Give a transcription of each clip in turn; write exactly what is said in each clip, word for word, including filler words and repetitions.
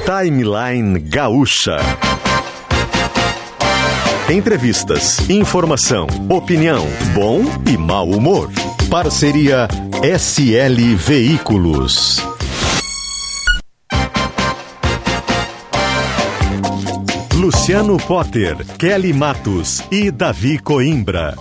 Timeline Gaúcha. Entrevistas, informação, opinião, bom e mau humor. Parceria S L Veículos. Luciano Potter, Kelly Matos e Davi Coimbra.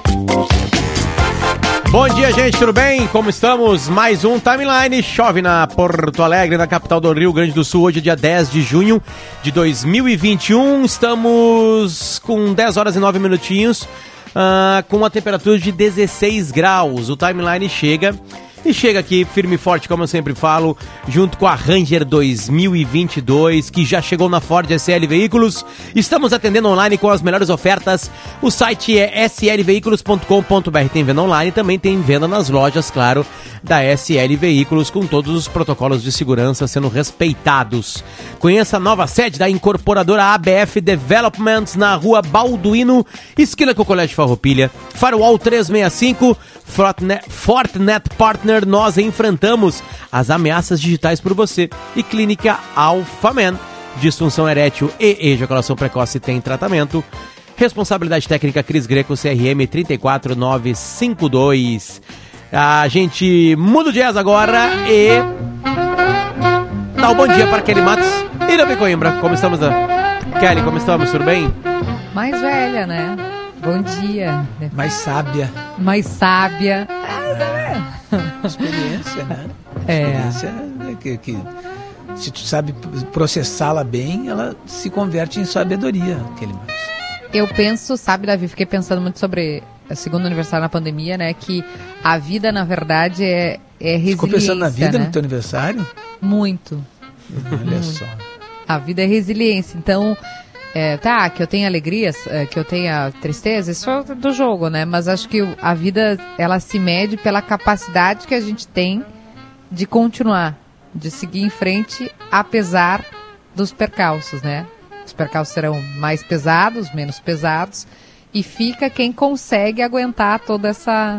Bom dia, gente, tudo bem? Como estamos? Mais um Timeline. Chove na Porto Alegre, na capital do Rio Grande do Sul, hoje é dia dez de junho de dois mil e vinte e um. Estamos com dez horas e nove minutinhos, uh, com uma temperatura de dezesseis graus. O Timeline chega... E chega aqui firme e forte, como eu sempre falo, junto com a Ranger dois mil e vinte e dois, que já chegou na Ford S L Veículos. Estamos atendendo online com as melhores ofertas. O site é s l veículos ponto com ponto b r. Tem venda online, também tem venda nas lojas, claro, da S L Veículos, com todos os protocolos de segurança sendo respeitados. Conheça a nova sede da incorporadora A B F Developments na rua Balduino, esquina com o Colégio Farroupilha. Firewall trezentos e sessenta e cinco, Fortinet, Fortinet Partner. Nós enfrentamos as ameaças digitais por você. E Clínica Alphaman, disfunção erétil e ejaculação precoce tem tratamento. Responsabilidade técnica Cris Greco, C R M três quatro nove cinco dois. A gente muda o jazz agora e dá um bom dia para Kelly Matos e Davi Coimbra. Como estamos, Kelly? Como estamos? Tudo bem? Mais velha, né? Bom dia. Mais sábia. Mais sábia. Experiência, né? É. Experiência que, que se tu sabe processá-la bem, ela se converte em sabedoria, aquele mais. Eu penso, sabe, Davi, fiquei pensando muito sobre o segundo aniversário na pandemia, né? Que a vida, na verdade, é, é resiliência. Ficou pensando na vida, né? No teu aniversário? Muito. Olha só. A vida é resiliência. Então, é, tá, que eu tenha alegrias, é, que eu tenha tristeza, isso é do jogo, né? Mas acho que a vida, ela se mede pela capacidade que a gente tem de continuar, de seguir em frente, apesar dos percalços, né? Os percalços serão mais pesados, menos pesados, e fica quem consegue aguentar toda essa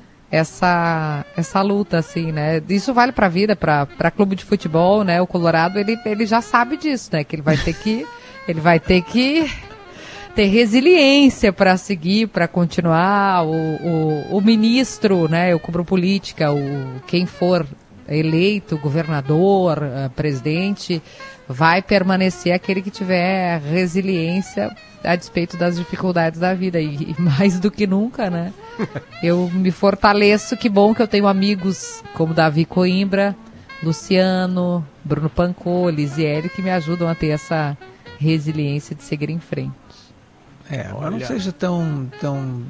essa essa luta, assim, né? Isso vale pra vida, pra, pra clube de futebol, né? O Colorado, ele, ele já sabe disso, né? Que ele vai ter que ele vai ter que ter resiliência para seguir, para continuar. O, o, o ministro, né? Eu cubro política, o, quem for eleito, governador, uh, presidente, vai permanecer aquele que tiver resiliência a despeito das dificuldades da vida. E, e mais do que nunca, né? Eu me fortaleço, que bom que eu tenho amigos como Davi Coimbra, Luciano, Bruno Pancô, Lisiele, que me ajudam a ter essa resiliência de seguir em frente. É, agora não seja tão, tão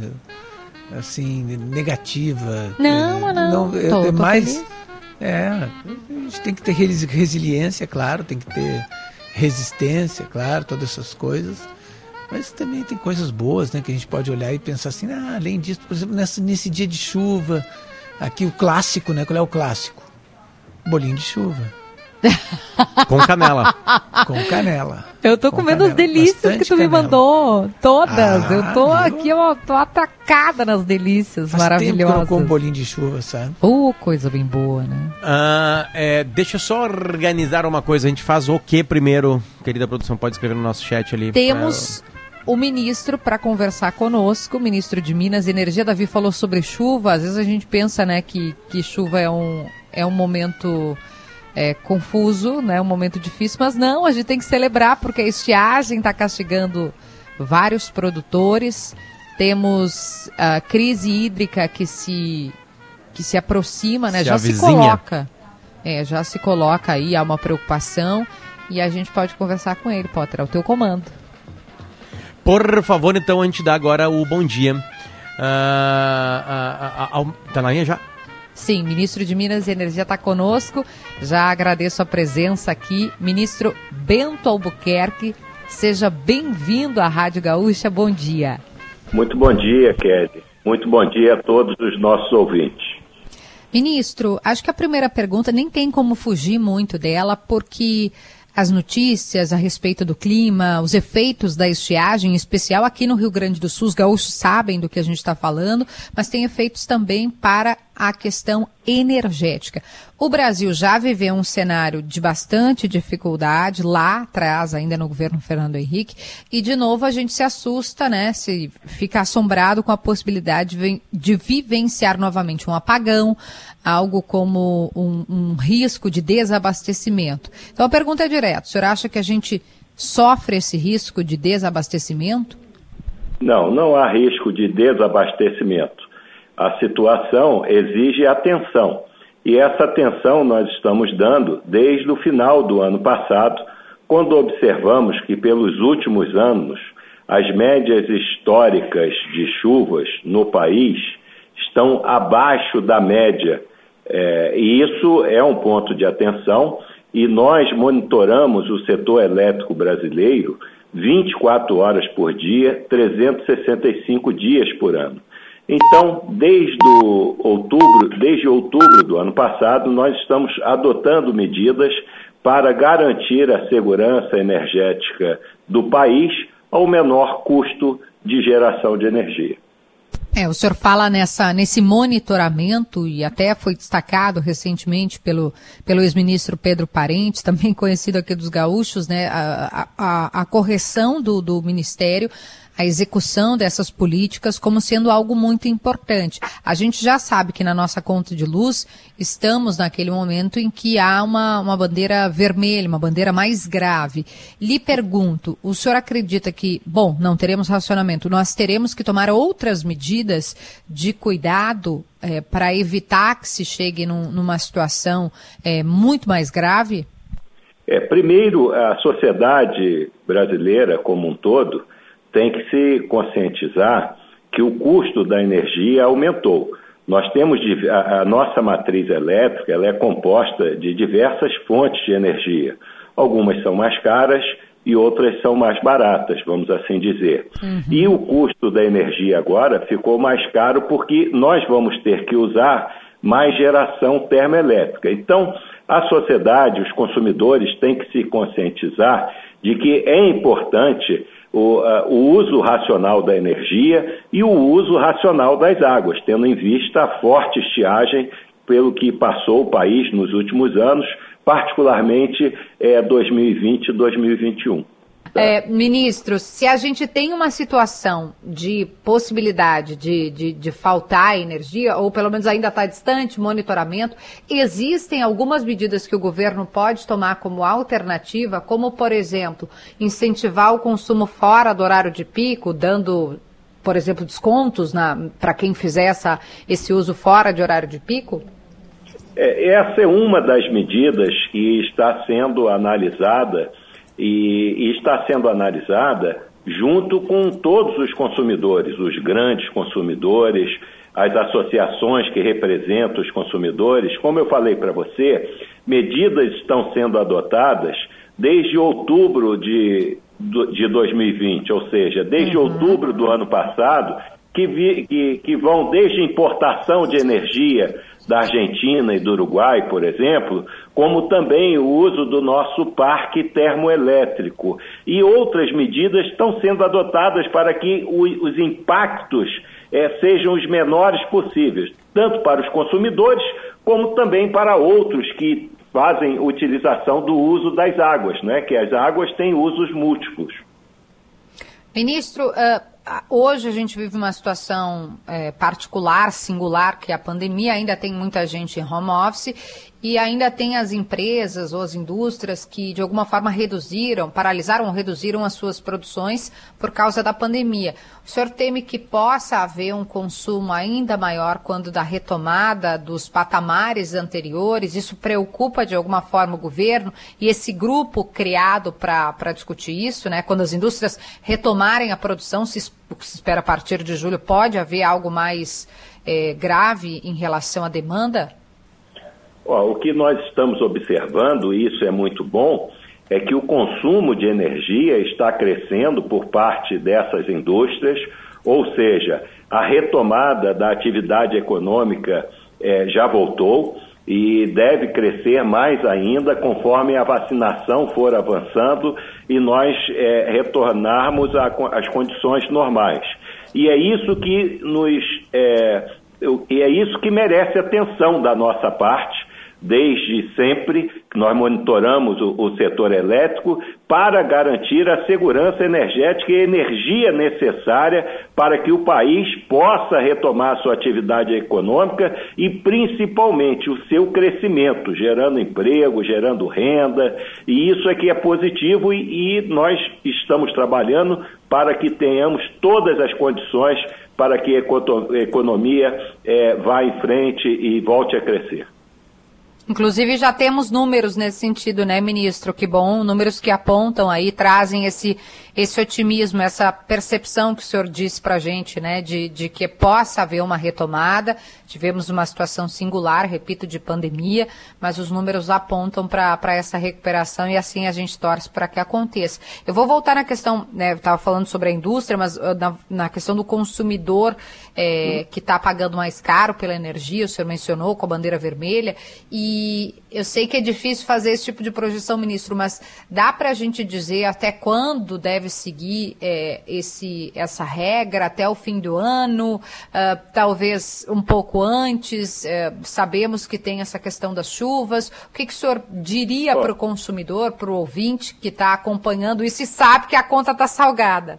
assim, negativa. Não, é, não. não é, tô, é tô mais. Feliz. É, a gente tem que ter resiliência, claro, tem que ter resistência, claro, todas essas coisas. Mas também tem coisas boas, né, que a gente pode olhar e pensar assim, ah, além disso, por exemplo, nessa, nesse dia de chuva, aqui o clássico, né? Qual é o clássico? Bolinho de chuva. Com canela. Com canela. Eu tô Com comendo canela. as delícias Bastante que tu canela. me mandou. Todas. Ah, eu tô viu? aqui, eu tô atacada nas delícias Faz maravilhosas. tempo que eu não como bolinho de chuva, sabe? Oh, coisa bem boa, né? Ah, é, deixa eu só organizar uma coisa. A gente faz o que primeiro? Querida produção, pode escrever no nosso chat ali. Temos pra... o ministro para conversar conosco, o ministro de Minas e Energia. Davi falou sobre chuva. Às vezes a gente pensa, né, que, que chuva é um, é um momento... É confuso, né? Um momento difícil, mas não, a gente tem que celebrar porque a estiagem está castigando vários produtores. Temos a crise hídrica que se, que se aproxima, né? Se já avizinha. se coloca. É, já se coloca aí, há uma preocupação e a gente pode conversar com ele, Potter, é o teu comando. Por favor, então, a gente dá agora o bom dia. Ah, ah, ah, ah, tá na linha já? Sim, ministro de Minas e Energia está conosco. Já agradeço a presença aqui. Ministro Bento Albuquerque, seja bem-vindo à Rádio Gaúcha. Bom dia. Muito bom dia, Kelly. Muito bom dia a todos os nossos ouvintes. Ministro, acho que a primeira pergunta nem tem como fugir muito dela, porque as notícias a respeito do clima, os efeitos da estiagem, em especial aqui no Rio Grande do Sul, os gaúchos sabem do que a gente está falando, mas tem efeitos também para a questão energética. O Brasil já viveu um cenário de bastante dificuldade lá atrás, ainda no governo Fernando Henrique, e de novo a gente se assusta, né, se fica assombrado com a possibilidade de, de vivenciar novamente um apagão, algo como um, um risco de desabastecimento. Então a pergunta é direta, o senhor acha que a gente sofre esse risco de desabastecimento? Não, não há risco de desabastecimento. A situação exige atenção, e essa atenção nós estamos dando desde o final do ano passado, quando observamos que pelos últimos anos as médias históricas de chuvas no país estão abaixo da média, é, e isso é um ponto de atenção, e nós monitoramos o setor elétrico brasileiro vinte e quatro horas por dia, trezentos e sessenta e cinco dias por ano. Então, desde o outubro, desde outubro do ano passado, nós estamos adotando medidas para garantir a segurança energética do país ao menor custo de geração de energia. É, o senhor fala nessa, nesse monitoramento, e até foi destacado recentemente pelo, pelo ex-ministro Pedro Parente, também conhecido aqui dos gaúchos, né, a, a, a correção do, do Ministério, a execução dessas políticas como sendo algo muito importante. A gente já sabe que na nossa conta de luz estamos naquele momento em que há uma, uma bandeira vermelha, uma bandeira mais grave. Lhe pergunto, o senhor acredita que, bom, não teremos racionamento, nós teremos que tomar outras medidas de cuidado é, para evitar que se chegue num, numa situação é, muito mais grave? É, primeiro, a sociedade brasileira como um todo tem que se conscientizar que o custo da energia aumentou. Nós temos a, a nossa matriz elétrica, ela é composta de diversas fontes de energia. Algumas são mais caras e outras são mais baratas, vamos assim dizer. Uhum. E o custo da energia agora ficou mais caro porque nós vamos ter que usar mais geração termoelétrica. Então, a sociedade, os consumidores têm que se conscientizar de que é importante O, uh, o uso racional da energia e o uso racional das águas, tendo em vista a forte estiagem pelo que passou o país nos últimos anos, particularmente eh, dois mil e vinte e dois mil e vinte e um. É, ministro, se a gente tem uma situação de possibilidade de, de, de faltar energia, ou pelo menos ainda está distante, monitoramento, existem algumas medidas que o governo pode tomar como alternativa, como, por exemplo, incentivar o consumo fora do horário de pico, dando, por exemplo, descontos para quem fizer essa, esse uso fora de horário de pico? É, essa é uma das medidas que está sendo analisada E, e está sendo analisada junto com todos os consumidores, os grandes consumidores, as associações que representam os consumidores. Como eu falei para você, medidas estão sendo adotadas desde outubro de, de dois mil e vinte, ou seja, desde uhum. outubro do ano passado, que, vi, que, que vão desde importação de energia da Argentina e do Uruguai, por exemplo, como também o uso do nosso parque termoelétrico. E outras medidas estão sendo adotadas para que o, os impactos eh, sejam os menores possíveis, tanto para os consumidores, como também para outros que fazem utilização do uso das águas, né? Que as águas têm usos múltiplos. Ministro, uh, hoje a gente vive uma situação é, particular, singular, que a pandemia ainda tem muita gente em home office e ainda tem as empresas ou as indústrias que de alguma forma reduziram, paralisaram ou reduziram as suas produções por causa da pandemia. O senhor teme que possa haver um consumo ainda maior quando da retomada dos patamares anteriores? Isso preocupa de alguma forma o governo e esse grupo criado para discutir isso, né? Quando as indústrias retomarem a produção, se, o que se espera a partir de julho, pode haver algo mais é, grave em relação à demanda? Ó, o que nós estamos observando, e isso é muito bom, é que o consumo de energia está crescendo por parte dessas indústrias, ou seja, a retomada da atividade econômica eh, já voltou e deve crescer mais ainda conforme a vacinação for avançando e nós eh, retornarmos às condições normais. E é isso que nos... Eh, e é isso que merece atenção da nossa parte. Desde sempre que nós monitoramos o, o setor elétrico para garantir a segurança energética e a energia necessária para que o país possa retomar sua atividade econômica e principalmente o seu crescimento, gerando emprego, gerando renda, e isso é que é positivo e, e nós estamos trabalhando para que tenhamos todas as condições para que a economia é, vá em frente e volte a crescer. Inclusive já temos números nesse sentido, né, ministro? Que bom, números que apontam aí, trazem esse, esse otimismo, essa percepção que o senhor disse pra gente, né, de, de que possa haver uma retomada. Tivemos uma situação singular, repito, de pandemia, mas os números apontam para essa recuperação e assim a gente torce para que aconteça. Eu vou voltar na questão, né, eu estava falando sobre a indústria, mas na, na questão do consumidor é, que está pagando mais caro pela energia, o senhor mencionou com a bandeira vermelha, e E eu sei que é difícil fazer esse tipo de projeção, ministro, mas dá para a gente dizer até quando deve seguir é, esse, essa regra, até o fim do ano, uh, talvez um pouco antes, uh, sabemos que tem essa questão das chuvas. O que, que o senhor diria para o consumidor, para o ouvinte que está acompanhando isso e sabe que a conta está salgada?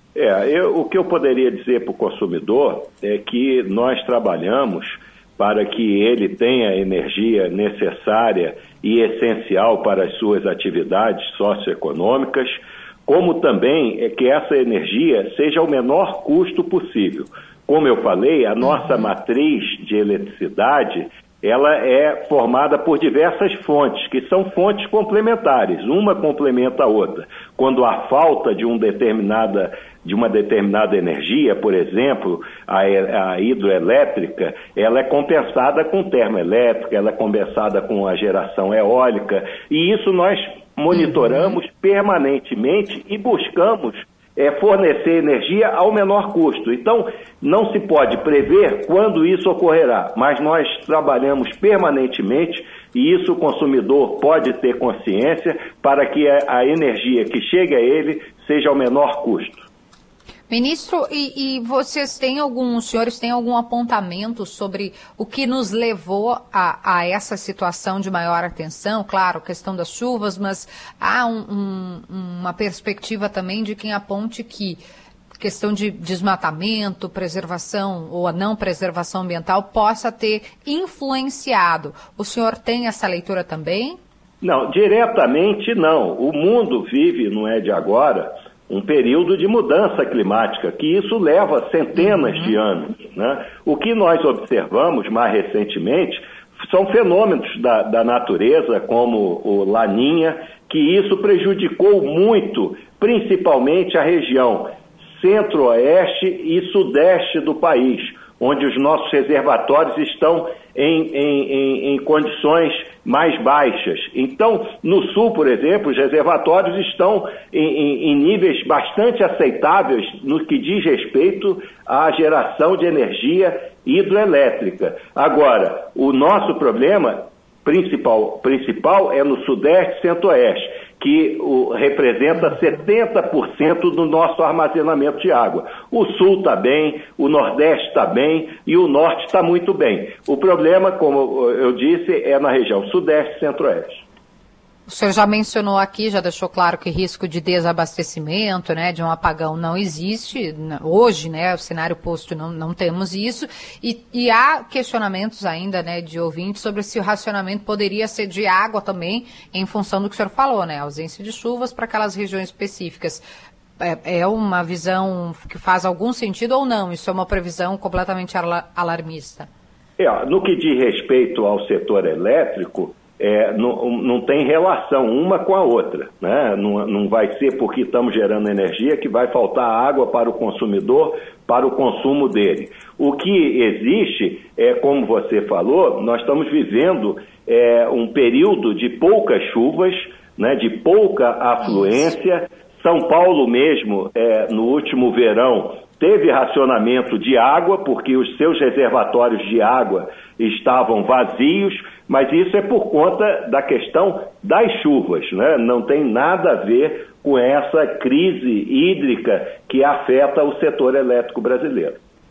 É, eu, o que eu poderia dizer para o consumidor é que nós trabalhamos para que ele tenha a energia necessária e essencial para as suas atividades socioeconômicas, como também é que essa energia seja o menor custo possível. Como eu falei, a nossa uhum. matriz de eletricidade, ela é formada por diversas fontes, que são fontes complementares, uma complementa a outra. Quando há falta de, um determinada, de uma determinada energia, por exemplo, a, a hidroelétrica, ela é compensada com termoelétrica, ela é compensada com a geração eólica, e isso nós monitoramos uhum. permanentemente e buscamos é fornecer energia ao menor custo. Então, não se pode prever quando isso ocorrerá, mas nós trabalhamos permanentemente e isso o consumidor pode ter consciência para que a, a energia que chegue a ele seja ao menor custo. Ministro, e, e vocês têm algum, os senhores têm algum apontamento sobre o que nos levou a, a essa situação de maior atenção? Claro, questão das chuvas, mas há um, um, uma perspectiva também de quem aponte que questão de desmatamento, preservação ou a não preservação ambiental possa ter influenciado. O senhor tem essa leitura também? Não, diretamente não. O mundo vive, não é de agora, um período de mudança climática, que isso leva centenas uhum. de anos, né? O que nós observamos mais recentemente são fenômenos da, da natureza, como o Laninha, que isso prejudicou muito, principalmente a região centro-oeste e sudeste do país, onde os nossos reservatórios estão em, em, em, em condições mais baixas. Então, no sul, por exemplo, os reservatórios estão em, em, em níveis bastante aceitáveis no que diz respeito à geração de energia hidroelétrica. Agora, o nosso problema principal, principal é no sudeste e centro-oeste, que o, representa setenta por cento do nosso armazenamento de água. O sul está bem, o nordeste está bem e o norte está muito bem. O problema, como eu disse, é na região sudeste e centro-oeste. O senhor já mencionou aqui, já deixou claro que risco de desabastecimento, né, de um apagão não existe. Hoje, né, o cenário posto não, não temos isso. E, e há questionamentos ainda, né, de ouvintes sobre se o racionamento poderia ser de água também, em função do que o senhor falou, né, ausência de chuvas para aquelas regiões específicas. É, é uma visão que faz algum sentido ou não? Isso é uma previsão completamente alarmista? É, no que diz respeito ao setor elétrico, É, não, não tem relação uma com a outra, né? Não, não vai ser porque estamos gerando energia que vai faltar água para o consumidor, para o consumo dele. O que existe, é, como você falou, nós estamos vivendo é, um período de poucas chuvas, né, de pouca afluência. São Paulo mesmo, é, no último verão, teve racionamento de água, porque os seus reservatórios de água estavam vazios, mas isso é por conta da questão das chuvas, né? Não tem nada a ver com essa crise hídrica que afeta o setor elétrico brasileiro.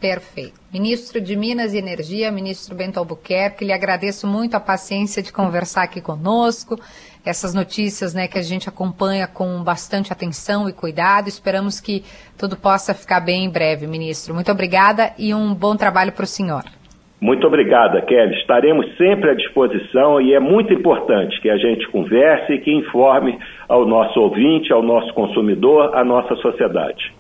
Perfeito. Ministro de Minas e Energia, ministro Bento Albuquerque, lhe agradeço muito a paciência de conversar aqui conosco, essas notícias, né, que a gente acompanha com bastante atenção e cuidado. Esperamos que tudo possa ficar bem em breve, ministro. Muito obrigada e um bom trabalho para o senhor. Muito obrigada, Kelly. Estaremos sempre à disposição e é muito importante que a gente converse e que informe ao nosso ouvinte, ao nosso consumidor, à nossa sociedade.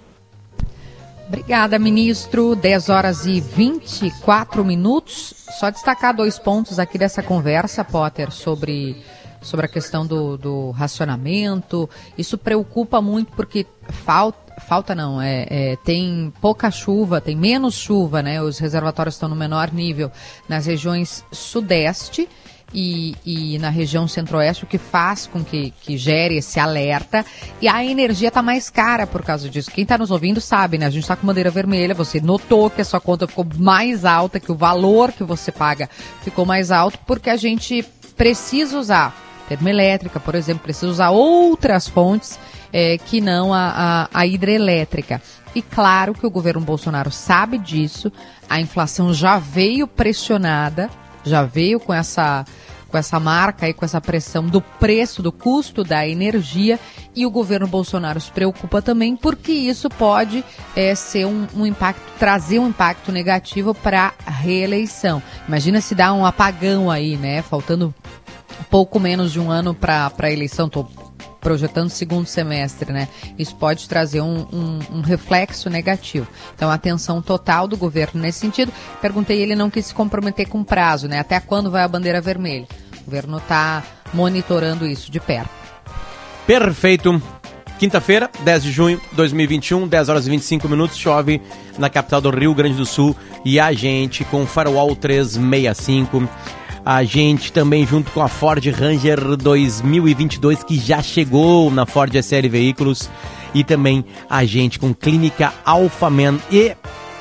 Obrigada, ministro. dez horas e vinte e quatro minutos. Só destacar dois pontos aqui dessa conversa, Potter, sobre, sobre a questão do, do racionamento. Isso preocupa muito porque falta, falta não, é, é, tem pouca chuva, tem menos chuva, né? Os reservatórios estão no menor nível nas regiões sudeste e, e na região centro-oeste, o que faz com que, que gere esse alerta. E a energia está mais cara por causa disso. Quem está nos ouvindo sabe, né? A gente está com bandeira vermelha, você notou que a sua conta ficou mais alta, que o valor que você paga ficou mais alto, porque a gente precisa usar termoelétrica, por exemplo, precisa usar outras fontes é, que não a, a, a hidrelétrica. E claro que o governo Bolsonaro sabe disso, a inflação já veio pressionada, já veio com essa, com essa marca e com essa pressão do preço, do custo da energia, e o governo Bolsonaro se preocupa também porque isso pode é, ser um, um impacto, trazer um impacto negativo para a reeleição. Imagina se dá um apagão aí, né? Faltando pouco menos de um ano para a eleição, estou projetando segundo semestre, né? Isso pode trazer um, um, um reflexo negativo. Então, atenção total do governo nesse sentido. Perguntei, ele não quis se comprometer com prazo, né? Até quando vai a bandeira vermelha? O governo está monitorando isso de perto. Perfeito. Quinta-feira, dez de junho de dois mil e vinte e um, dez horas e vinte e cinco minutos, chove na capital do Rio Grande do Sul e a gente com Farol trezentos e sessenta e cinco. A gente também junto com a Ford Ranger dois mil e vinte e dois, que já chegou na Ford S L Veículos, e também a gente com Clínica Alphaman e...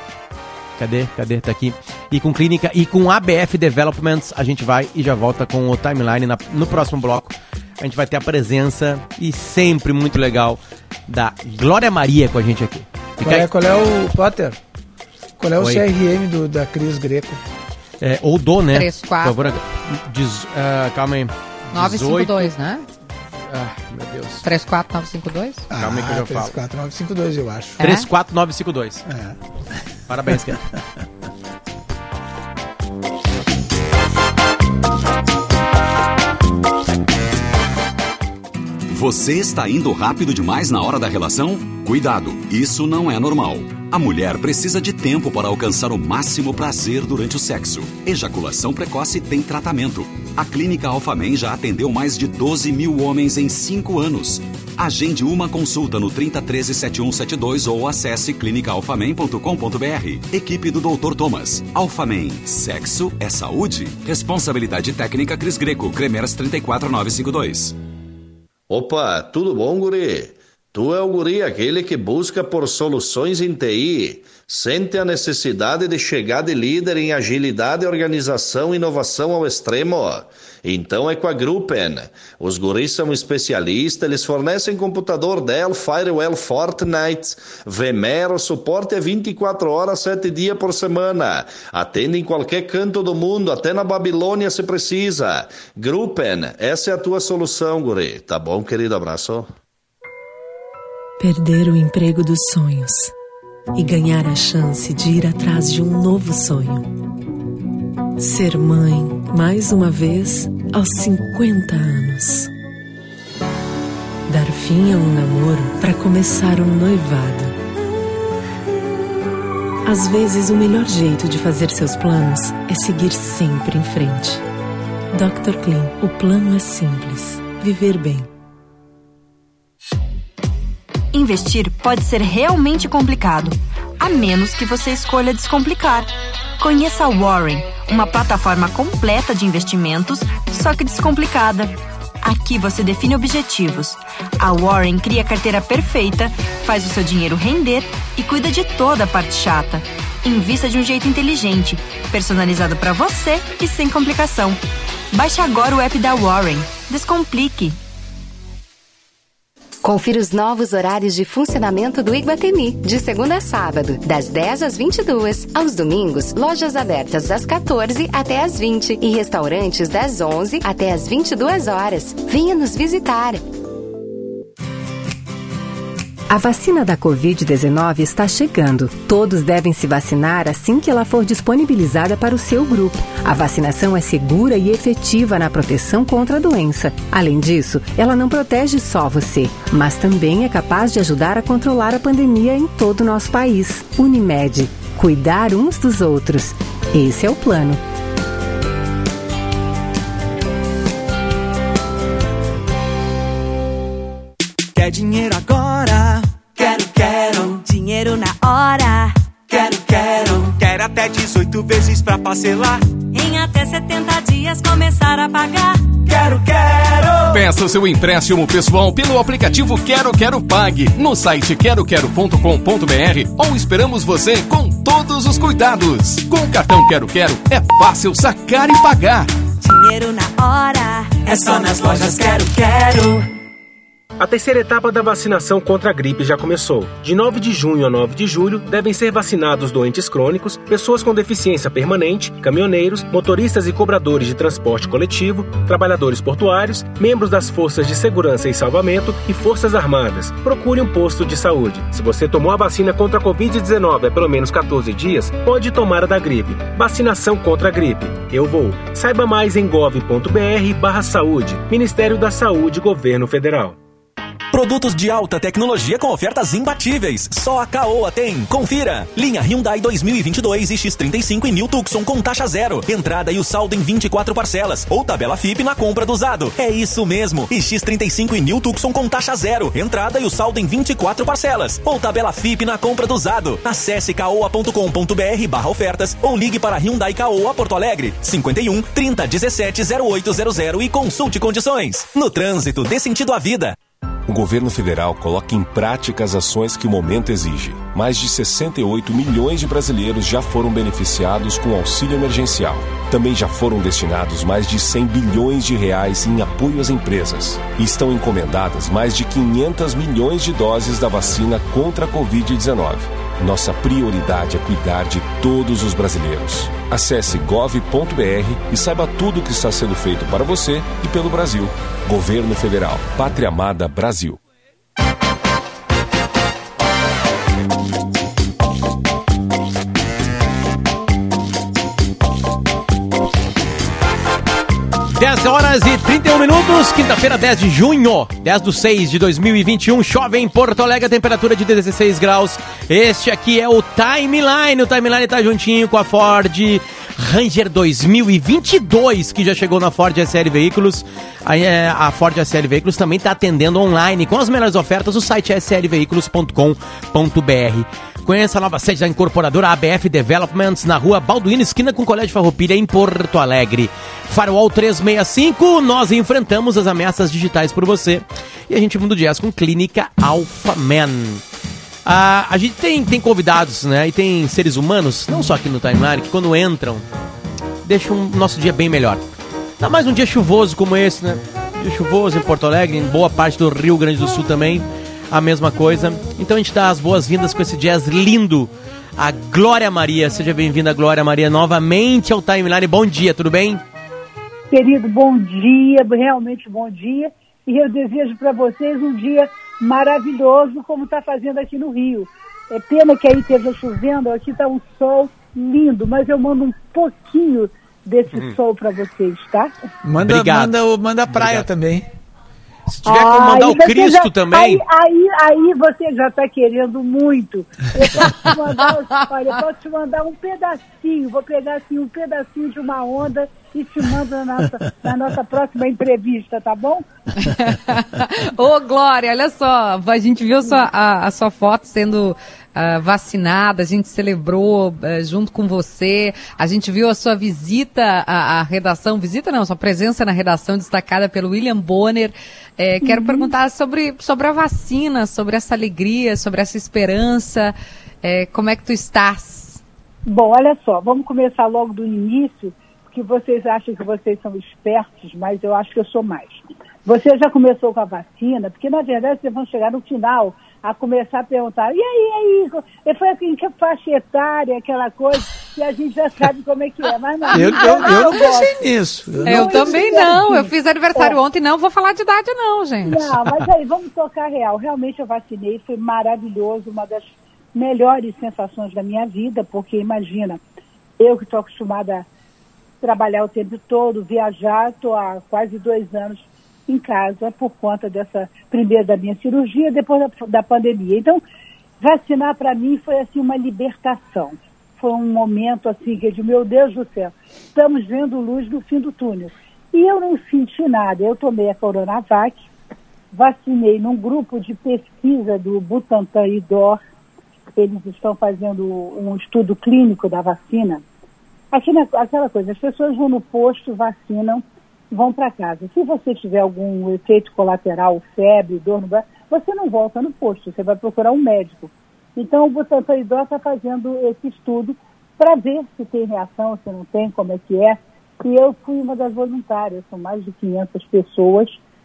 Cadê? Cadê? Tá aqui. E com Clínica e com A B F Developments, a gente vai e já volta com o Timeline na, no próximo bloco. A gente vai ter a presença, e sempre muito legal, da Glória Maria com a gente aqui. Qual é, qual é o, Potter? Qual é o Oi. C R M do, da Cris Greco? É, ou do, né? três quatro. Por favor, diz, uh, calma aí. nove cinco dois, dezoito. né? Ah, meu Deus. três quatro nove cinco dois? Calma aí que eu já três falo. quatro nove cinco dois, eu acho. É? três quatro nove cinco dois. É. Parabéns, Ken. Você está indo rápido demais na hora da relação? Cuidado, isso não é normal. A mulher precisa de tempo para alcançar o máximo prazer durante o sexo. Ejaculação precoce tem tratamento. A Clínica Alphaman já atendeu mais de doze mil homens em cinco anos. Agende uma consulta no trinta, treze, setenta e um setenta e dois ou acesse clinica alphaman ponto com ponto b r. Equipe do doutor Thomas. Alphaman. Sexo é saúde. Responsabilidade técnica Cris Greco. Cremers trinta e quatro nove cinco dois. Opa, tudo bom, guri? Tu é o guri aquele que busca por soluções em T I, sente a necessidade de chegar de líder em agilidade, organização e inovação ao extremo? Então é com a Gruppen. Os guris são especialistas, eles fornecem computador Dell, Firewall, Fortnite, VMware, suporte é vinte e quatro horas, sete dias por semana. Atende em qualquer canto do mundo, até na Babilônia se precisa. Gruppen, essa é a tua solução, guri. Tá bom, querido? Abraço. Perder o emprego dos sonhos e ganhar a chance de ir atrás de um novo sonho. Ser mãe, mais uma vez, aos cinquenta anos. Dar fim a um namoro para começar um noivado. Às vezes, o melhor jeito de fazer seus planos é seguir sempre em frente. doutor Clean, o plano é simples. Viver bem. Investir pode ser realmente complicado, a menos que você escolha descomplicar. Conheça a Warren, uma plataforma completa de investimentos, só que descomplicada. Aqui você define objetivos. A Warren cria a carteira perfeita, faz o seu dinheiro render e cuida de toda a parte chata. Invista de um jeito inteligente, personalizado para você e sem complicação. Baixe agora o app da Warren. Descomplique. Confira os novos horários de funcionamento do Iguatemi, de segunda a sábado, das dez às vinte e duas. Aos domingos, lojas abertas das quatorze até às vinte e restaurantes das onze até às vinte e duas horas. Venha nos visitar. A vacina da covid dezenove está chegando. Todos devem se vacinar assim que ela for disponibilizada para o seu grupo. A vacinação é segura e efetiva na proteção contra a doença. Além disso, ela não protege só você, mas também é capaz de ajudar a controlar a pandemia em todo o nosso país. Unimed. Cuidar uns dos outros. Esse é o plano. Quer dinheiro agora? Quero, quero. Dinheiro na hora? Quero, quero. Quero até dezoito vezes pra parcelar. Em até setenta dias começar a pagar. Quero, quero. Peça seu empréstimo pessoal pelo aplicativo Quero Quero Pague no site quero quero ponto com ponto b r ou esperamos você com todos os cuidados. Com o cartão Quero Quero é fácil sacar e pagar. Dinheiro na hora? É só nas lojas Quero, quero. A terceira etapa da vacinação contra a gripe já começou. De nove de junho a nove de julho, devem ser vacinados doentes crônicos, pessoas com deficiência permanente, caminhoneiros, motoristas e cobradores de transporte coletivo, trabalhadores portuários, membros das forças de segurança e salvamento e forças armadas. Procure um posto de saúde. Se você tomou a vacina contra a covid dezenove há pelo menos quatorze dias, pode tomar a da gripe. Vacinação contra a gripe. Eu vou. Saiba mais em gov ponto b r barra saúde. Ministério da Saúde, Governo Federal. Produtos de alta tecnologia com ofertas imbatíveis. Só a Caoa tem. Confira. Linha Hyundai dois mil e vinte e dois e X trinta e cinco e New Tucson com taxa zero. Entrada e o saldo em vinte e quatro parcelas. Ou tabela F I P na compra do usado. É isso mesmo. E X trinta e cinco e New Tucson com taxa zero. Entrada e o saldo em vinte e quatro parcelas. Ou tabela F I P na compra do usado. Acesse caoa ponto com ponto b r barra ofertas ou ligue para Hyundai Caoa Porto Alegre. cinquenta e um, trinta, dezessete, zero oito zero zero e consulte condições. No trânsito, dê sentido à vida. O governo federal coloca em prática as ações que o momento exige. Mais de sessenta e oito milhões de brasileiros já foram beneficiados com auxílio emergencial. Também já foram destinados mais de cem bilhões de reais em apoio às empresas. E estão encomendadas mais de quinhentos milhões de doses da vacina contra a covid dezenove. Nossa prioridade é cuidar de todos os brasileiros. Acesse gov ponto b r e saiba tudo o que está sendo feito para você e pelo Brasil. Governo Federal. Pátria Amada Brasil. dez horas e trinta e um minutos, quinta-feira, dez de junho, dez de seis de dois mil e vinte e um, chove em Porto Alegre, a temperatura de dezesseis graus. Este aqui é o Timeline, o Timeline tá juntinho com a Ford Ranger dois mil e vinte e dois, que já chegou na Ford S L Veículos. A, a Ford S L Veículos também está atendendo online com as melhores ofertas, o site é s l veículos ponto com ponto b r. Conheça a nova sede da incorporadora A B F Developments na rua Balduino, esquina com o Colégio Farroupilha, em Porto Alegre. Firewall trezentos e sessenta e cinco, nós enfrentamos as ameaças digitais por você. E a gente muda o jazz com Clínica Alpha Man. Ah, a gente tem, tem convidados, né? E tem seres humanos, não só aqui no Timeline, que quando entram, deixam o nosso dia bem melhor. Ainda mais um dia chuvoso como esse, né? Dia chuvoso em Porto Alegre, em boa parte do Rio Grande do Sul também. A mesma coisa. Então a gente dá as boas-vindas com esse jazz lindo. A Glória Maria. Seja bem-vinda, Glória Maria, novamente ao Timeline. Bom dia, tudo bem? Querido, bom dia, realmente bom dia. E eu desejo para vocês um dia maravilhoso, como está fazendo aqui no Rio. É pena que aí esteja chovendo, aqui está um sol lindo, mas eu mando um pouquinho desse hum. sol para vocês, tá? Manda, manda, manda a praia Obrigado. também. Se tiver como mandar o Cristo já, também. Aí, aí, aí você já está querendo muito. Eu posso, te mandar, olha, eu posso te mandar um pedacinho, vou pegar assim um pedacinho de uma onda e te mando na nossa, na nossa próxima entrevista, tá bom? Ô, Glória, olha só, a gente viu sua, a, a sua foto sendo uh, vacinada, a gente celebrou uh, junto com você, a gente viu a sua visita à, à redação, visita não, sua presença na redação destacada pelo William Bonner. É, quero uhum. perguntar sobre, sobre a vacina, sobre essa alegria, sobre essa esperança, é, como é que tu estás? Bom, olha só, vamos começar logo do início, porque vocês acham que vocês são espertos, mas eu acho que eu sou mais. você já começou com a vacina? Porque, na verdade, vocês vão chegar no final a começar a perguntar, e aí, e aí? Foi assim, que faixa etária, aquela coisa, que a gente já sabe como é que é, mas não. Eu, eu, eu, eu não pensei nisso. Eu, eu também não, eu fiz aniversário é. ontem, não vou falar de idade não, gente. Não, mas aí, vamos tocar real. Realmente eu vacinei, foi maravilhoso, uma das melhores sensações da minha vida, porque imagina, eu que estou acostumada a trabalhar o tempo todo, viajar, estou há quase dois anos em casa por conta dessa, primeiro da minha cirurgia, depois da, da pandemia. Então, vacinar para mim foi assim uma libertação. Foi um momento assim que eu disse, meu Deus do céu, estamos vendo luz no fim do túnel. E eu não senti nada. Eu tomei a Coronavac, vacinei num grupo de pesquisa do Butantan e D O R. Eles estão fazendo um estudo clínico da vacina. Aqui na, aquela coisa, as pessoas vão no posto, vacinam, vão para casa. Se você tiver algum efeito colateral, febre, dor no braço, você não volta no posto, você vai procurar um médico. Então, o Butantan e D O R está fazendo esse estudo para ver se tem reação, se não tem, como é que é. E eu fui uma das voluntárias, são mais de quinhentas pessoas.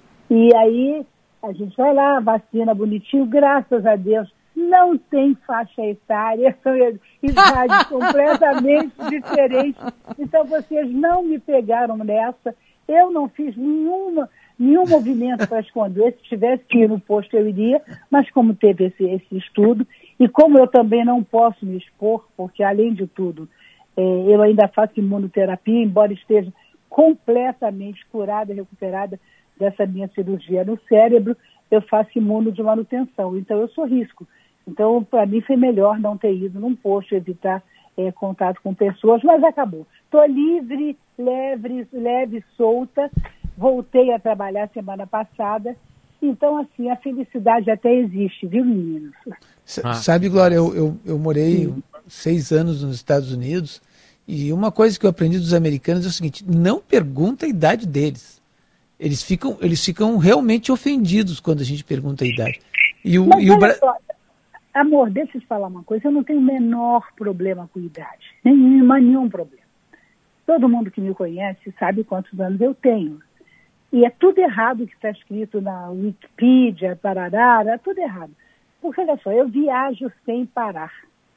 E aí, a gente vai lá, vacina bonitinho, graças a Deus, não tem faixa etária, são idades completamente diferentes. Então, vocês não me pegaram nessa. Eu não fiz nenhuma, nenhum movimento para esconder. Se tivesse que ir no posto, eu iria. Mas como teve esse, esse estudo, e como eu também não posso me expor, porque, além de tudo, é, eu ainda faço imunoterapia, embora esteja completamente curada e recuperada dessa minha cirurgia no cérebro, eu faço imuno de manutenção. Então, eu sou risco. Então, para mim, foi melhor não ter ido num posto, evitar é, contato com pessoas, mas acabou. Estou livre, leve, leve, solta, voltei a trabalhar semana passada, então, assim, a felicidade até existe, viu, meninos? Ah. Sabe, Glória, eu, eu, eu morei Sim. seis anos nos Estados Unidos, e uma coisa que eu aprendi dos americanos é o seguinte, não pergunta a idade deles. Eles ficam, eles ficam realmente ofendidos quando a gente pergunta a idade. E o, mas, e o Bra... só, amor, deixa eu te falar uma coisa, eu não tenho o menor problema com idade, nenhum, nenhum problema. Todo mundo que me conhece sabe quantos anos eu tenho. E é tudo errado o que está escrito na Wikipedia, parará, é tudo errado. Porque, olha só, eu viajo sem parar.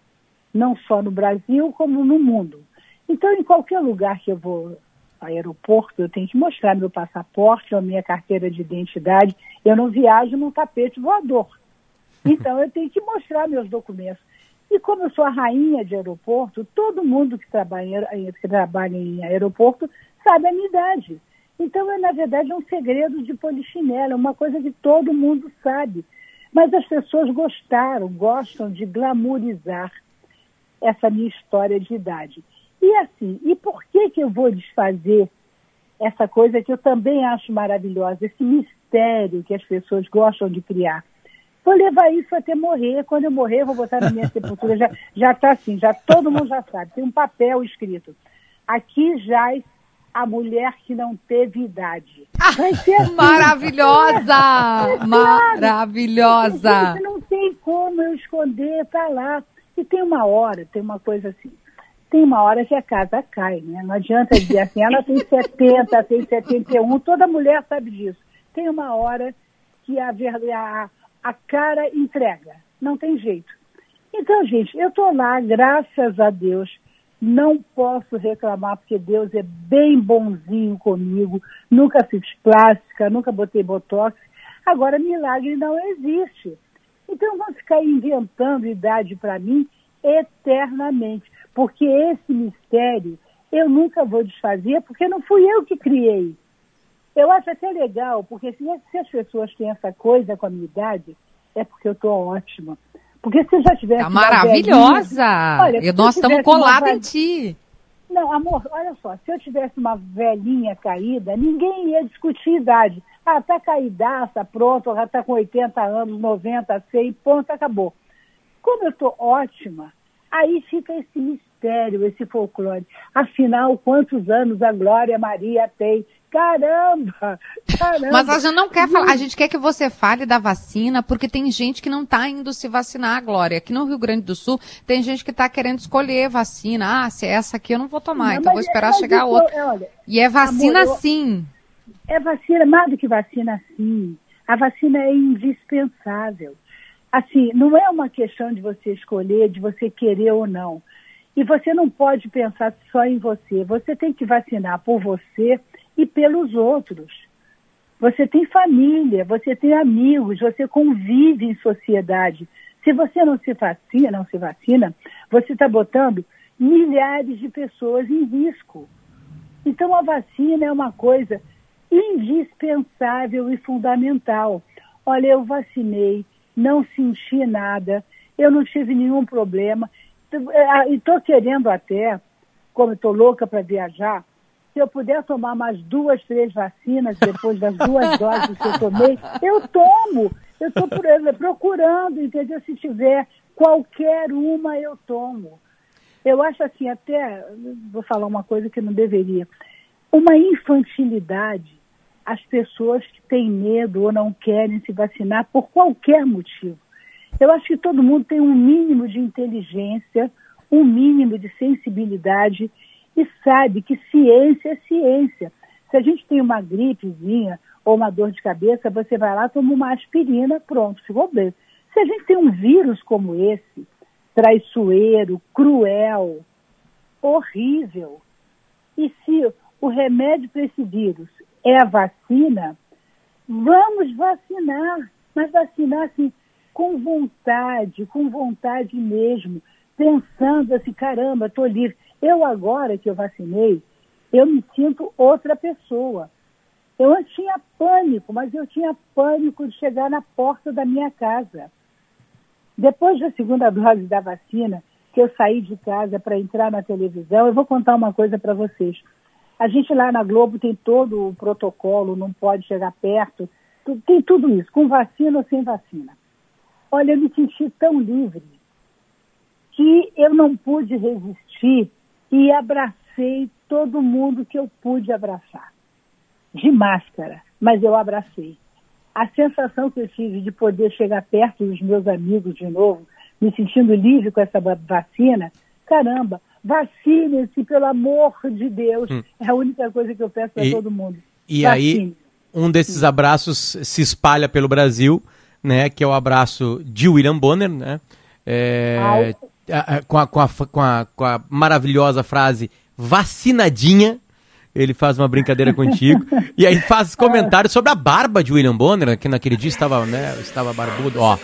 Não só no Brasil, como no mundo. Então, em qualquer lugar que eu vou, aeroporto, eu tenho que mostrar meu passaporte, a minha carteira de identidade. Eu não viajo num tapete voador. Então, eu tenho que mostrar meus documentos. E como eu sou a rainha de aeroporto, todo mundo que trabalha, que trabalha em aeroporto sabe a minha idade. Então, é, na verdade, é um segredo de polichinela, é uma coisa que todo mundo sabe. Mas as pessoas gostaram, gostam de glamourizar essa minha história de idade. E assim, e por que que eu vou desfazer essa coisa que eu também acho maravilhosa, esse mistério que as pessoas gostam de criar? Vou levar isso até morrer. Quando eu morrer, eu vou botar na minha sepultura. Já já está assim, já todo mundo já sabe. Tem um papel escrito. Aqui jaz a mulher que não teve idade. Vai ser assim. Maravilhosa! É, maravilhosa! Gente, não tem como eu esconder, tá lá. E tem uma hora, tem uma coisa assim. Tem uma hora que a casa cai, né? Não adianta dizer assim, ela tem setenta, tem setenta e um, toda mulher sabe disso. Tem uma hora que a, a, a cara entrega. Não tem jeito. Então, gente, eu tô lá, graças a Deus. Não posso reclamar, porque Deus é bem bonzinho comigo. Nunca fiz plástica, nunca botei botox. Agora, milagre não existe. Então, vão ficar inventando idade para mim eternamente. Porque esse mistério eu nunca vou desfazer, porque não fui eu que criei. Eu acho até legal, porque se, se as pessoas têm essa coisa com a minha idade, é porque eu estou ótima. Porque se eu já tivesse... Tá maravilhosa! Olha, eu, nós estamos colados em ti. Não, amor, olha só, se eu tivesse uma velhinha caída, ninguém ia discutir idade. Ah, tá caidaça, pronto, já tá com oitenta anos, noventa, cem, ponto, acabou. Como eu tô ótima, aí fica esse mistério, esse folclore. Afinal, quantos anos a Glória Maria tem? Caramba! Caramba! Mas a gente não quer falar, a gente quer que você fale da vacina, porque tem gente que não está indo se vacinar, Glória. Aqui no Rio Grande do Sul, tem gente que está querendo escolher vacina. Ah, se é essa aqui eu não vou tomar, não, então vou esperar chegar a outra. Eu, olha, e é vacina amor, eu, sim. é vacina, mais do que vacina, sim. A vacina é indispensável. Assim, não é uma questão de você escolher, de você querer ou não. E você não pode pensar só em você. Você tem que vacinar por você e pelos outros. Você tem família, você tem amigos, você convive em sociedade. Se você não se vacina, não se vacina, você está botando milhares de pessoas em risco. Então a vacina é uma coisa indispensável e fundamental. Olha, eu vacinei, não senti nada, eu não tive nenhum problema. E estou querendo até, como estou louca para viajar, se eu puder tomar mais duas, três vacinas depois das duas doses que eu tomei, eu tomo. Eu estou procurando, entendeu? Se tiver qualquer uma, eu tomo. Eu acho assim, até, vou falar uma coisa que não deveria, uma infantilidade as pessoas que têm medo ou não querem se vacinar por qualquer motivo. Eu acho que todo mundo tem um mínimo de inteligência, um mínimo de sensibilidade e sabe que ciência é ciência. Se a gente tem uma gripezinha ou uma dor de cabeça, você vai lá, toma uma aspirina, pronto, ficou bem. Se a gente tem um vírus como esse, traiçoeiro, cruel, horrível, e se o remédio para esse vírus é a vacina, vamos vacinar, mas vacinar assim, com vontade, com vontade mesmo, pensando assim, caramba, estou livre. Eu agora que eu vacinei, eu me sinto outra pessoa. Eu antes tinha pânico, mas eu tinha pânico de chegar na porta da minha casa. Depois da segunda dose da vacina, que eu saí de casa para entrar na televisão, eu vou contar uma coisa para vocês. A gente lá na Globo tem todo o protocolo, não pode chegar perto, tem tudo isso, com vacina ou sem vacina. Olha, eu me senti tão livre que eu não pude resistir e abracei todo mundo que eu pude abraçar. De máscara, mas eu abracei. A sensação que eu tive de poder chegar perto dos meus amigos de novo, me sentindo livre com essa vacina, caramba, vacine-se, pelo amor de Deus. Hum. É a única coisa que eu peço para todo mundo. E vacine. Aí, um desses abraços se espalha pelo Brasil, né, que é o abraço de William Bonner, né, é, ah, com, a, com, a, com, a, com a maravilhosa frase vacinadinha. Ele faz uma brincadeira contigo. E aí faz comentários sobre a barba de William Bonner, que naquele dia estava, né, estava barbudo. Ó.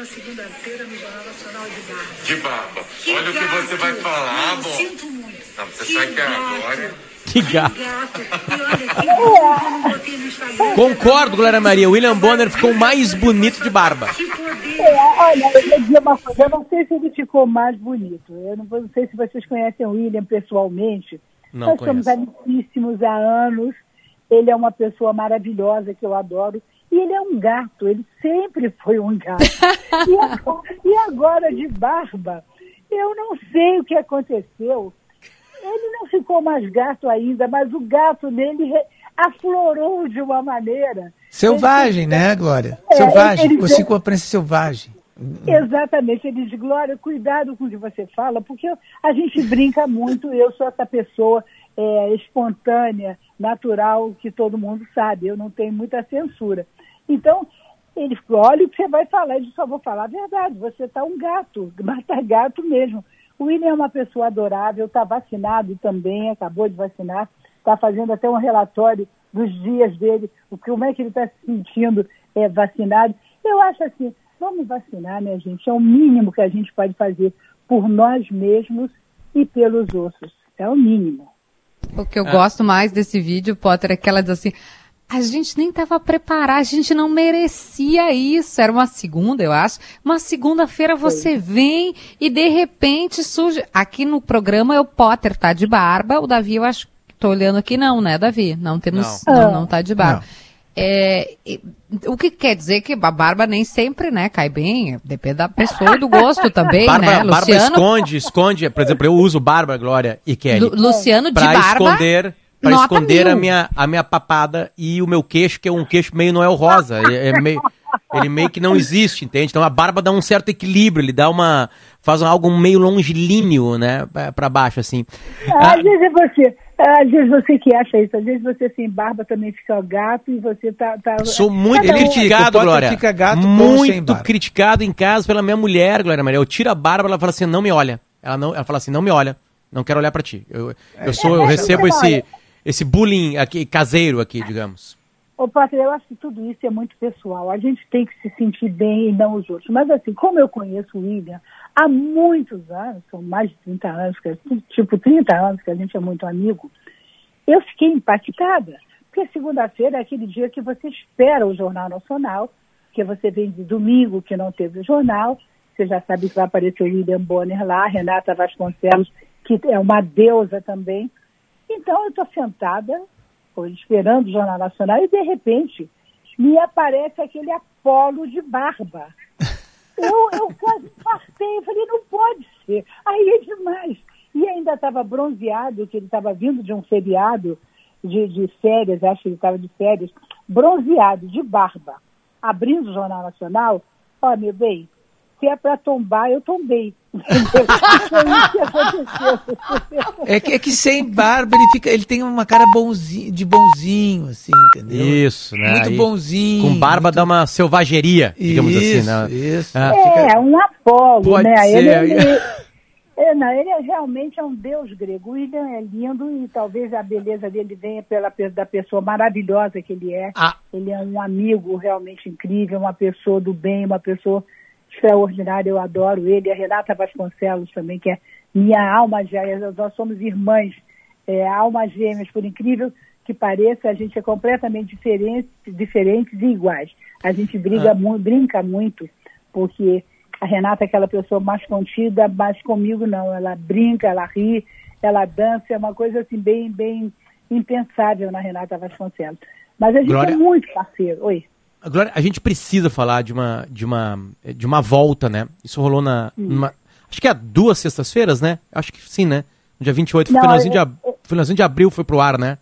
De barba. Olha o que você vai falar, bom. Sinto muito. Não, você sabe que é agora. Que gato. Concordo, Glória Maria. William Bonner ficou mais bonito de barba. É, olha, eu vou dizer uma coisa. Eu não sei se ele ficou mais bonito. Eu não, não sei se vocês conhecem o William pessoalmente. Não Nós conheço. somos amicíssimos há anos. Ele é uma pessoa maravilhosa que eu adoro. E ele é um gato. Ele sempre foi um gato. e, agora, e agora de barba, eu não sei o que aconteceu. Ele não ficou mais gato ainda, mas o gato dele re... aflorou de uma maneira. Selvagem, ele... né, Glória? É, selvagem. Ele... Você com a aparência selvagem. Exatamente. Ele diz, Glória, cuidado com o que você fala, porque a gente brinca muito. Eu sou essa pessoa é, espontânea, natural, que todo mundo sabe. Eu não tenho muita censura. Então, ele falou, olha o que você vai falar. Eu só vou falar a verdade. Você está um gato, mata gato mesmo. O William é uma pessoa adorável, está vacinado também, acabou de vacinar, está fazendo até um relatório dos dias dele, como é que ele está se sentindo é, vacinado. Eu acho assim, vamos vacinar, minha gente, é o mínimo que a gente pode fazer por nós mesmos e pelos outros. É o mínimo. O que eu ah. gosto mais desse vídeo, Potter, é que ela diz assim, a gente nem estava preparada, a gente não merecia isso. Era uma segunda, eu acho. Uma segunda-feira você vem e de repente surge... Aqui no programa o Potter tá de barba, o Davi eu acho... Tô olhando aqui não, né, Davi? Não temos... Não, não, não tá de barba. É, o que quer dizer que a barba nem sempre, né, cai bem, depende da pessoa e do gosto também, barba, né, Luciano? Luciano... Barba esconde, esconde, por exemplo, eu uso barba, Glória e Kelly. Lu, Luciano de pra barba... esconder... Para esconder a minha, a minha papada e o meu queixo, que é um queixo meio Noel Rosa. É, é meio, ele meio que não existe, entende? Então a barba dá um certo equilíbrio, ele dá uma... faz algo meio longilíneo, né? Para baixo, assim. Às ah, vezes é você. Às vezes você que acha isso, às vezes você sem barba também fica gato e você tá... tá Sou muito Cada um- criticado, Glória. Fica gato com ou sem muito barba. criticado em casa pela minha mulher, Glória Maria. Eu tiro a barba, ela fala assim, não me olha. Ela, não, ela fala assim, não me olha, não quero olhar pra ti. Eu, eu, sou, eu recebo esse, esse bullying aqui, caseiro aqui, digamos. Ô, Pátria, eu acho que tudo isso é muito pessoal. A gente tem que se sentir bem e não os outros. Mas assim, como eu conheço o William há muitos anos, são mais de trinta anos, que, tipo trinta anos que a gente é muito amigo, eu fiquei impactada. Porque segunda-feira é aquele dia que você espera o Jornal Nacional, que você vem de domingo que não teve o jornal, você já sabe que vai aparecer o William Bonner lá, Renata Vasconcelos, que é uma deusa também. Então eu estou sentada, esperando o Jornal Nacional, e de repente me aparece aquele Apolo de barba. Eu, eu quase fartei, falei, não pode ser. Aí é demais. E ainda estava bronzeado, que ele estava vindo de um feriado de, de férias, acho que ele estava de férias, bronzeado, de barba, abrindo o Jornal Nacional. Ó, meu bem, se é para tombar, eu tombei. Entendeu? Foi isso que aconteceu. É que, é que sem barba ele, fica, ele tem uma cara bonzinho, de bonzinho, assim, entendeu? Isso, né? Muito Aí, bonzinho. com barba muito... dá uma selvageria, digamos isso, assim, né? Isso, Ah, É, fica... um Apolo, Pode né? ser. Ele, ele, é, não, ele é, realmente é um deus grego. O William é lindo e talvez a beleza dele venha pela da pessoa maravilhosa que ele é. Ah. Ele é um amigo realmente incrível, uma pessoa do bem, uma pessoa extraordinária. Eu adoro ele. A Renata Vasconcelos também, que é minha alma gêmea. Nós somos irmãs, é, almas gêmeas, por incrível que pareça, a gente é completamente diferente, diferentes e iguais. A gente briga Ah. mu- brinca muito, porque a Renata é aquela pessoa mais contida, mas comigo não. Ela brinca, ela ri, ela dança, é uma coisa assim bem, bem impensável na Renata Vasconcelos. Mas a gente Glória- é muito parceiro. Oi. Glória, a gente precisa falar de uma, de uma, de uma volta, né? Isso rolou na... numa- acho que há duas sextas-feiras, né? Acho que sim, né? No dia vinte e oito, Não, finalzinho, de, eu- ab- finalzinho de abril foi pro ar, né?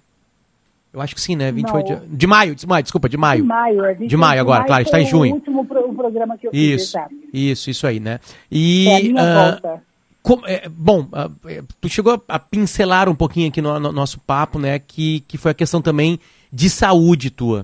Eu acho que sim, né? vinte e oito Não. de... de maio, de maio, desculpa, de maio. De maio, é vinte e oito De maio agora, claro, a gente tá em foi junho. o último pro, o programa que eu fiz, Isso, exato. isso, isso aí, né? E, É a minha ah, volta. como- é, bom, ah, é, tu chegou a, a pincelar um pouquinho aqui no, no nosso papo, né? Que, que foi a questão também de saúde tua.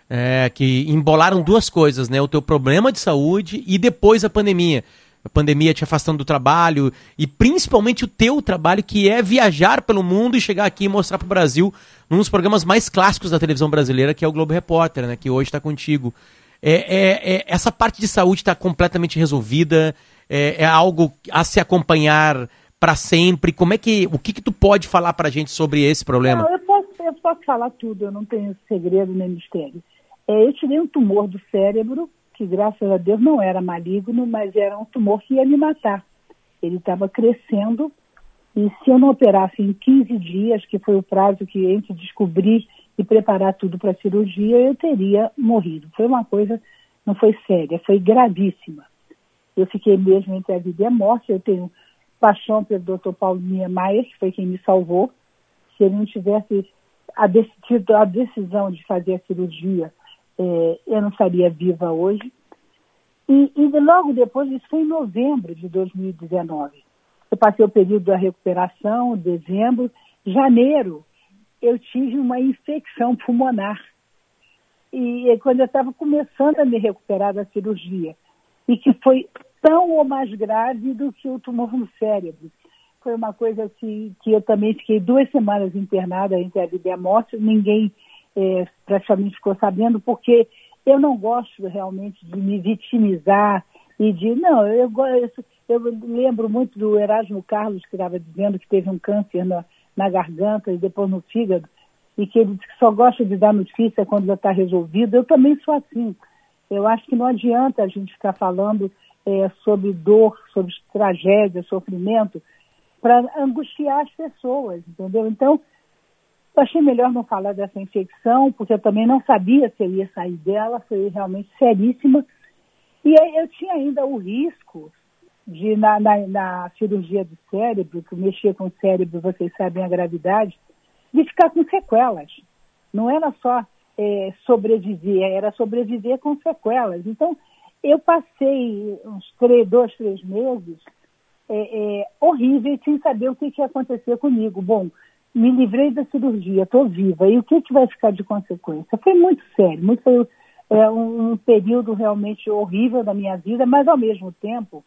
É, que embolaram duas coisas, né? O teu problema de saúde e depois a pandemia. A pandemia te afastando do trabalho e principalmente o teu trabalho, que é viajar pelo mundo e chegar aqui e mostrar pro Brasil num dos programas mais clássicos da televisão brasileira, que é o Globo Repórter, né? Que hoje está contigo. É, é- é- essa parte de saúde está completamente resolvida? É, é algo a se acompanhar para sempre? Como é que, o que que tu pode falar pra gente sobre esse problema? Não, eu posso, eu posso falar tudo, eu não tenho segredo nem mistério. É, eu tirei um tumor do cérebro, que graças a Deus não era maligno, mas era um tumor que ia me matar. Ele estava crescendo e se eu não operasse em quinze dias, que foi o prazo que entre descobrir e preparar tudo para a cirurgia, eu teria morrido. Foi uma coisa, não foi séria, foi gravíssima. Eu fiquei mesmo entre a vida e a morte. Eu tenho paixão pelo doutor Paulo Niemeyer, que foi quem me salvou. Se ele não tivesse a, decidido, a decisão de fazer a cirurgia, é, eu não estaria viva hoje. E, e logo depois, isso foi em novembro de dois mil e dezenove. Eu passei o período da recuperação, dezembro. Janeiro, eu tive uma infecção pulmonar. E, e quando eu estava começando a me recuperar da cirurgia, e que foi tão ou mais grave do que o tumor no cérebro. Foi uma coisa que, que eu também fiquei duas semanas internada entre a vida e a morte. Ninguém é, praticamente ficou sabendo, porque eu não gosto realmente de me vitimizar e de... Não, eu, eu, eu lembro muito do Erasmo Carlos, que estava dizendo que teve um câncer na, na garganta e depois no fígado, e que ele disse que só gosta de dar notícia quando já está resolvido. Eu também sou assim. Eu acho que não adianta a gente ficar falando é, sobre dor, sobre tragédia, sofrimento, para angustiar as pessoas, entendeu? Então, eu achei melhor não falar dessa infecção, porque eu também não sabia se eu ia sair dela, foi realmente seríssima. E aí eu tinha ainda o risco de, na, na, na cirurgia do cérebro, que mexia com o cérebro, vocês sabem a gravidade, de ficar com sequelas. Não era só é, sobreviver, era sobreviver com sequelas. Então, eu passei uns três, dois, três meses é, é, horríveis, sem saber o que, que ia acontecer comigo. Bom, me livrei da cirurgia, estou viva, e o que, que vai ficar de consequência? Foi muito sério, muito, foi é, um, um período realmente horrível da minha vida, mas ao mesmo tempo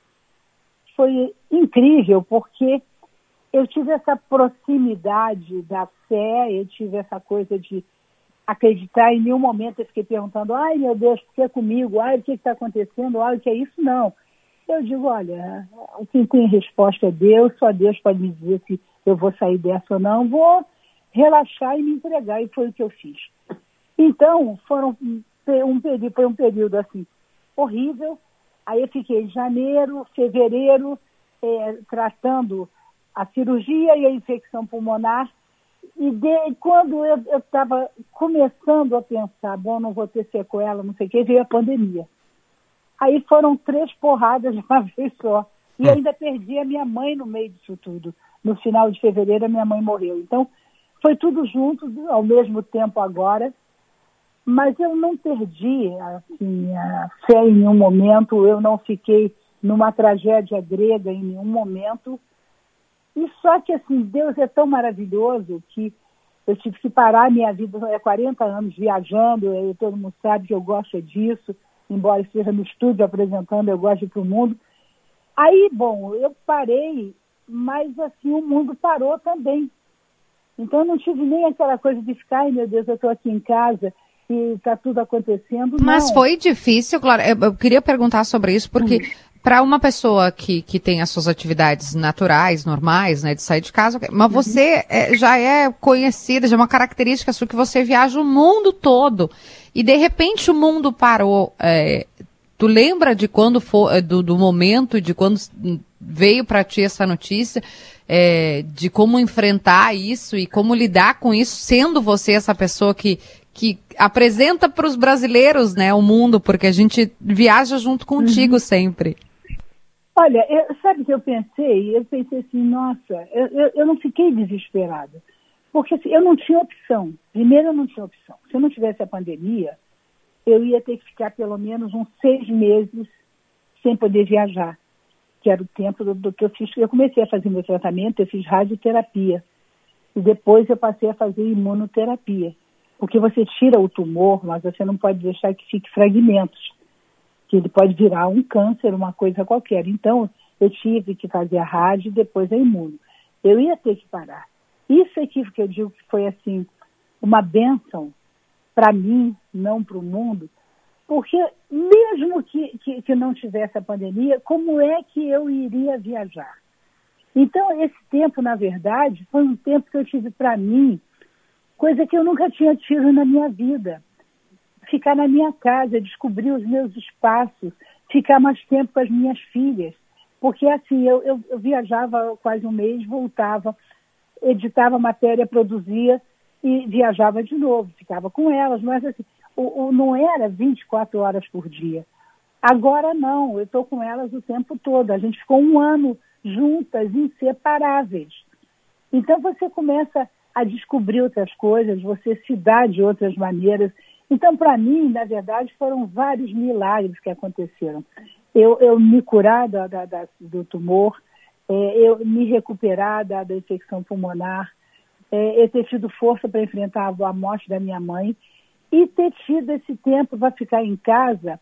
foi incrível, porque eu tive essa proximidade da fé, eu tive essa coisa de acreditar. Em nenhum momento eu fiquei perguntando, ai meu Deus, por que comigo? Ai, o que está acontecendo? Ai, o que é isso? Não. Eu digo, olha, quem tem resposta é Deus, só Deus pode me dizer se eu vou sair dessa ou não. Vou relaxar e me entregar, e foi o que eu fiz. Então, foram um período, foi um período assim, horrível. Aí eu fiquei em janeiro, fevereiro, é, tratando a cirurgia e a infecção pulmonar. E de, quando eu estava começando a pensar, bom, não vou ter sequela, não sei o que, veio a pandemia. Aí foram três porradas de uma vez só. E ainda perdi a minha mãe no meio disso tudo. No final de fevereiro, a minha mãe morreu. Então, foi tudo junto, ao mesmo tempo agora. Mas eu não perdi assim, a fé em nenhum momento, eu não fiquei numa tragédia grega em nenhum momento. E só que, assim, Deus é tão maravilhoso que eu tive que parar a minha vida, é quarenta anos viajando, eu, todo mundo sabe que eu gosto disso, embora esteja no estúdio apresentando, eu gosto de ir para o mundo. Aí, bom, eu parei, mas, assim, o mundo parou também. Então, eu não tive nem aquela coisa de ficar, ai, meu Deus, eu estou aqui em casa e está tudo acontecendo. Mas não. foi difícil, claro, eu, eu queria perguntar sobre isso, porque... Hum. Para uma pessoa que, que tem as suas atividades naturais, normais, né, de sair de casa, mas você é, já é conhecida, já é uma característica sua que você viaja o mundo todo e de repente o mundo parou. É, tu lembra de quando foi, do, do momento, de quando veio para ti essa notícia, é, de como enfrentar isso e como lidar com isso, sendo você essa pessoa que, que apresenta para os brasileiros, né, o mundo, porque a gente viaja junto contigo uhum. sempre. Olha, eu, sabe o que eu pensei? Eu pensei assim, nossa, eu, eu, eu não fiquei desesperada, porque assim, eu não tinha opção. Primeiro, eu não tinha opção. Se eu não tivesse a pandemia, eu ia ter que ficar pelo menos uns seis meses sem poder viajar, que era o tempo do, do que eu fiz. Eu comecei a fazer meu tratamento, eu fiz radioterapia, e depois eu passei a fazer imunoterapia, porque você tira o tumor, mas você não pode deixar que fique fragmentos, que ele pode virar um câncer, uma coisa qualquer. Então, eu tive que fazer a rádio e depois a imuno. Eu ia ter que parar. Isso aqui que eu digo que foi, assim, uma bênção para mim, não para o mundo, porque mesmo que, que, que não tivesse a pandemia, como é que eu iria viajar? Então, esse tempo, na verdade, foi um tempo que eu tive para mim, coisa que eu nunca tinha tido na minha vida. Ficar na minha casa, descobrir os meus espaços, ficar mais tempo com as minhas filhas. Porque assim, eu, eu, eu viajava quase um mês, voltava, editava matéria, produzia e viajava de novo, ficava com elas. Mas assim, o, o, não era vinte e quatro horas por dia. Agora não, eu estou com elas o tempo todo. A gente ficou um ano juntas, inseparáveis. Então você começa a descobrir outras coisas, você se dá de outras maneiras. Então, para mim, na verdade, foram vários milagres que aconteceram. Eu, eu me curar da, da, da, do tumor, é, eu me recuperar da, da infecção pulmonar, é, eu ter tido força para enfrentar a morte da minha mãe e ter tido esse tempo para ficar em casa,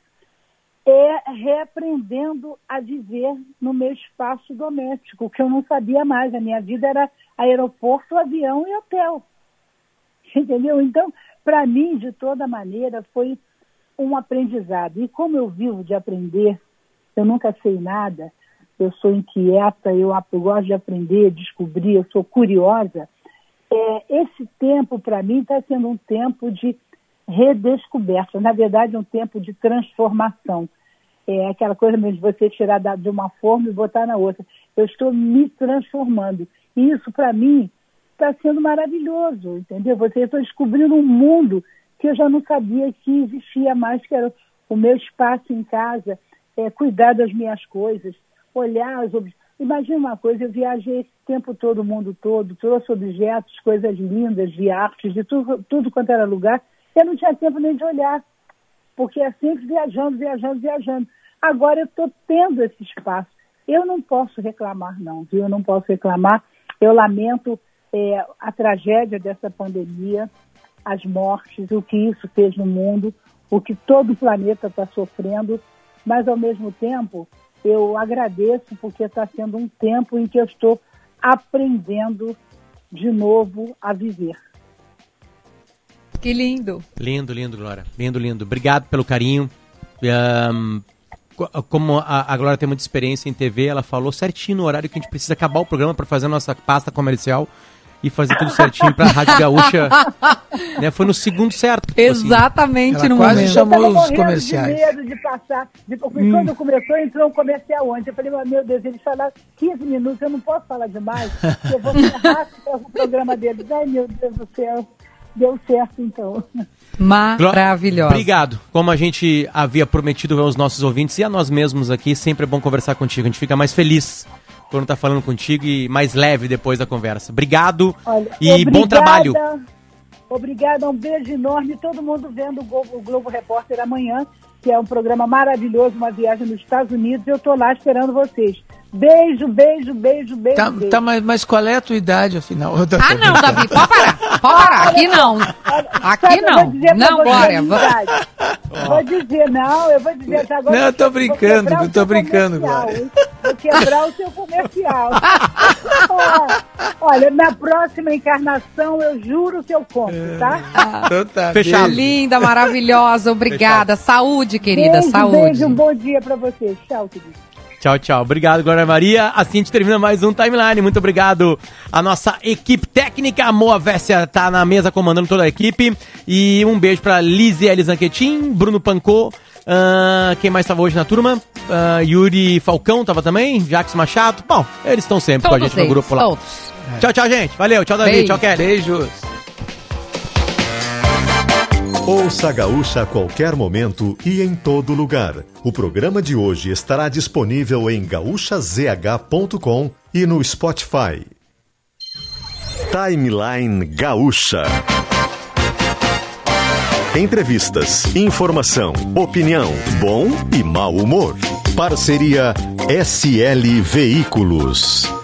é, reaprendendo a viver no meu espaço doméstico, que eu não sabia mais. A minha vida era aeroporto, avião e hotel. Entendeu? Então, para mim, de toda maneira, foi um aprendizado. E como eu vivo de aprender, eu nunca sei nada, eu sou inquieta, eu, eu gosto de aprender, descobrir, eu sou curiosa. É, esse tempo, para mim, está sendo um tempo de redescoberta. Na verdade, é um tempo de transformação. É aquela coisa mesmo de você tirar da, de uma forma e botar na outra. Eu estou me transformando. E isso, para mim, está sendo maravilhoso, entendeu? Você está descobrindo um mundo que eu já não sabia que existia mais, que era o meu espaço em casa, é, cuidar das minhas coisas, olhar as objetos. Imagina uma coisa, eu viajei esse tempo todo, o mundo todo, trouxe objetos, coisas lindas, de artes, de tudo, tudo quanto era lugar. Eu não tinha tempo nem de olhar, porque é sempre viajando, viajando, viajando. Agora eu estou tendo esse espaço. Eu não posso reclamar, não, viu? Eu não posso reclamar. Eu lamento é, a tragédia dessa pandemia, as mortes, o que isso fez no mundo, o que todo o planeta está sofrendo, mas ao mesmo tempo eu agradeço porque está sendo um tempo em que eu estou aprendendo de novo a viver. Que lindo. Lindo, lindo, Glória. Lindo, lindo. Obrigado pelo carinho. Um, como a, a Glória tem muita experiência em T V, ela falou certinho no horário que a gente precisa acabar o programa para fazer a nossa pasta comercial e fazer tudo certinho para a Rádio Gaúcha. Né, foi no segundo certo. Tipo Exatamente assim, no quase momento. chamou os comerciais. Eu medo de passar. De, hum. Quando começou, entrou um comercial ontem. Eu falei, meu Deus, eles falaram quinze minutos, eu não posso falar demais. Eu vou ser rápido para o programa deles. Ai, meu Deus do céu. Deu certo, então. Maravilhosa. Obrigado. Como a gente havia prometido aos nossos ouvintes e a nós mesmos aqui, sempre é bom conversar contigo. A gente fica mais feliz quando tá falando contigo e mais leve depois da conversa. Obrigado. Olha, e obrigada, bom trabalho. Obrigada, um beijo enorme. Todo mundo vendo o Globo, o Globo Repórter amanhã, que é um programa maravilhoso, uma viagem nos Estados Unidos. Eu tô lá esperando vocês. Beijo, beijo, beijo, beijo. Tá, beijo. tá mas, mas qual é a tua idade, afinal? Ah, não, Davi, pode parar. Pode parar. Aqui não. Aqui não. Não, Glória. Vou dizer, não, eu vou dizer até agora. Não, eu tô brincando, eu tô brincando, Glória. Vou quebrar o seu comercial. Olha, na próxima encarnação eu juro que eu compro, tá? Então tá. Fechado. Linda, maravilhosa, obrigada. Fechado. Saúde, querida, beijo, saúde. Beijo, um bom dia pra vocês. Tchau, querido. Tchau, tchau. Obrigado, Glória Maria. Assim a gente termina mais um Timeline. Muito obrigado à nossa equipe técnica. A Moa Vécia tá na mesa comandando toda a equipe. E um beijo pra Lisiele Zanquetin, Bruno Pancô. Uh, quem mais estava hoje na turma? Uh, Yuri Falcão tava também. Jacques Machado. Bom, eles estão sempre todos com a gente eles, no grupo lá. Todos. É. Tchau, tchau, gente. Valeu. Tchau, Davi. Beijo. Tchau, Kelly. Beijos. Ouça a Gaúcha a qualquer momento e em todo lugar. O programa de hoje estará disponível em gaúcha z h ponto com e no Spotify. Timeline Gaúcha. Entrevistas, informação, opinião, bom e mau humor. Parceria S L Veículos.